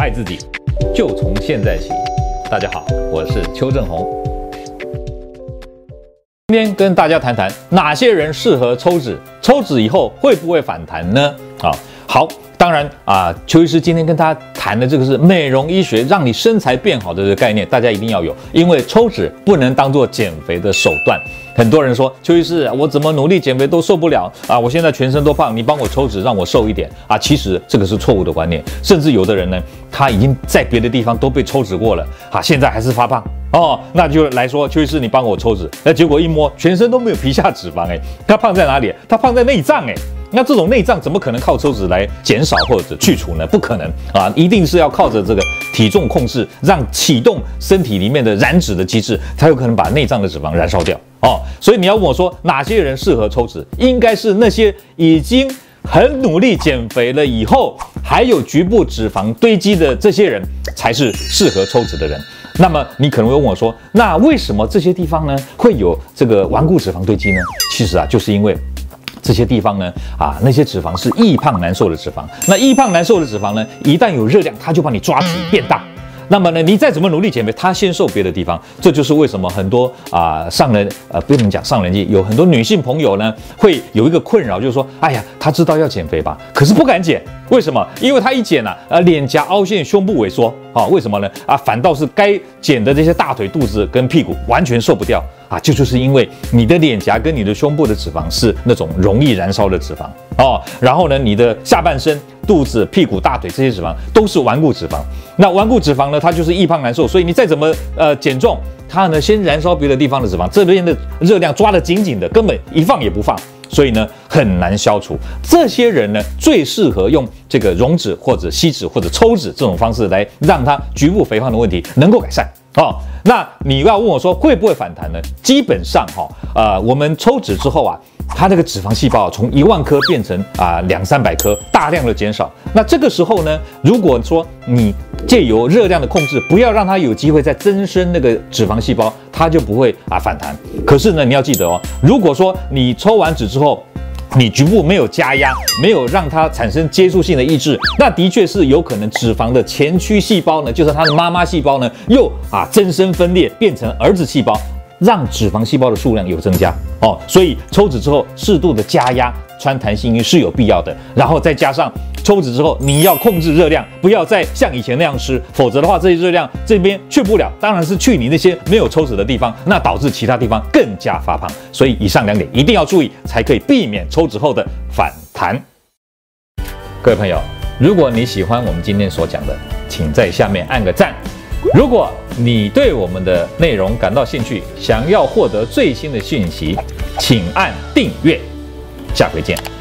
爱自己，就从现在起。大家好，我是邱正洪。今天跟大家谈谈哪些人适合抽脂，抽脂以后会不会反弹呢？好，当然邱医师今天跟大家谈的这个是美容医学，让你身材变好的这个概念，大家一定要有，因为抽脂不能当做减肥的手段。很多人说，邱医师，我怎么努力减肥都受不了我现在全身都胖，你帮我抽脂让我瘦一点其实这个是错误的观念，甚至有的人呢，他已经在别的地方都被抽脂过了现在还是发胖那就来说，邱医师你帮我抽脂，那结果一摸全身都没有皮下脂肪他胖在哪里？他胖在内脏那这种内脏怎么可能靠抽脂来减少或者去除呢？不可能一定是要靠着这个体重控制，让启动身体里面的燃脂的机制，才有可能把内脏的脂肪燃烧掉所以你要问我说哪些人适合抽脂，应该是那些已经很努力减肥了以后，还有局部脂肪堆积的这些人，才是适合抽脂的人。那么你可能会问我说，那为什么这些地方呢会有这个顽固脂肪堆积呢？其实就是因为这些地方呢那些脂肪是易胖难瘦的脂肪。那易胖难瘦的脂肪呢，一旦有热量，它就把你抓紧变大。那么呢，你再怎么努力减肥，它先瘦别的地方。这就是为什么很多不能讲上年纪，有很多女性朋友呢会有一个困扰，就是说，哎呀，她知道要减肥吧，可是不敢减。为什么？因为她一减脸颊凹陷，胸部萎缩为什么呢？反倒是该减的这些大腿、肚子跟屁股完全瘦不掉这就是因为你的脸颊跟你的胸部的脂肪是那种容易燃烧的脂肪然后呢，你的下半身、肚子、屁股、大腿这些脂肪都是顽固脂肪。那顽固脂肪呢，它就是易胖难瘦，所以你再怎么减重，它呢先燃烧别的地方的脂肪，这边的热量抓得紧紧的，根本一放也不放，所以呢很难消除。这些人呢最适合用这个溶脂或者吸脂或者抽脂这种方式来让它局部肥胖的问题能够改善那你要问我说会不会反弹呢？基本上我们抽脂之后它那个脂肪细胞从1万颗变成200-300颗，大量的减少。那这个时候呢，如果说你借由热量的控制，不要让它有机会再增生那个脂肪细胞，它就不会反弹。可是呢，你要记得如果说你抽完脂之后，你局部没有加压，没有让它产生接触性的抑制，那的确是有可能脂肪的前驱细胞呢，就是它的妈妈细胞呢，又增生分裂变成儿子细胞，让脂肪细胞的数量有增加所以抽脂之后适度的加压穿弹性衣是有必要的，然后再加上抽脂之后你要控制热量，不要再像以前那样吃，否则的话这些热量这边去不了，当然是去你那些没有抽脂的地方，那导致其他地方更加发胖。所以以上2点一定要注意，才可以避免抽脂后的反弹。各位朋友，如果你喜欢我们今天所讲的，请在下面按个赞。如果你对我们的内容感到兴趣，想要获得最新的讯息，请按订阅。下回见。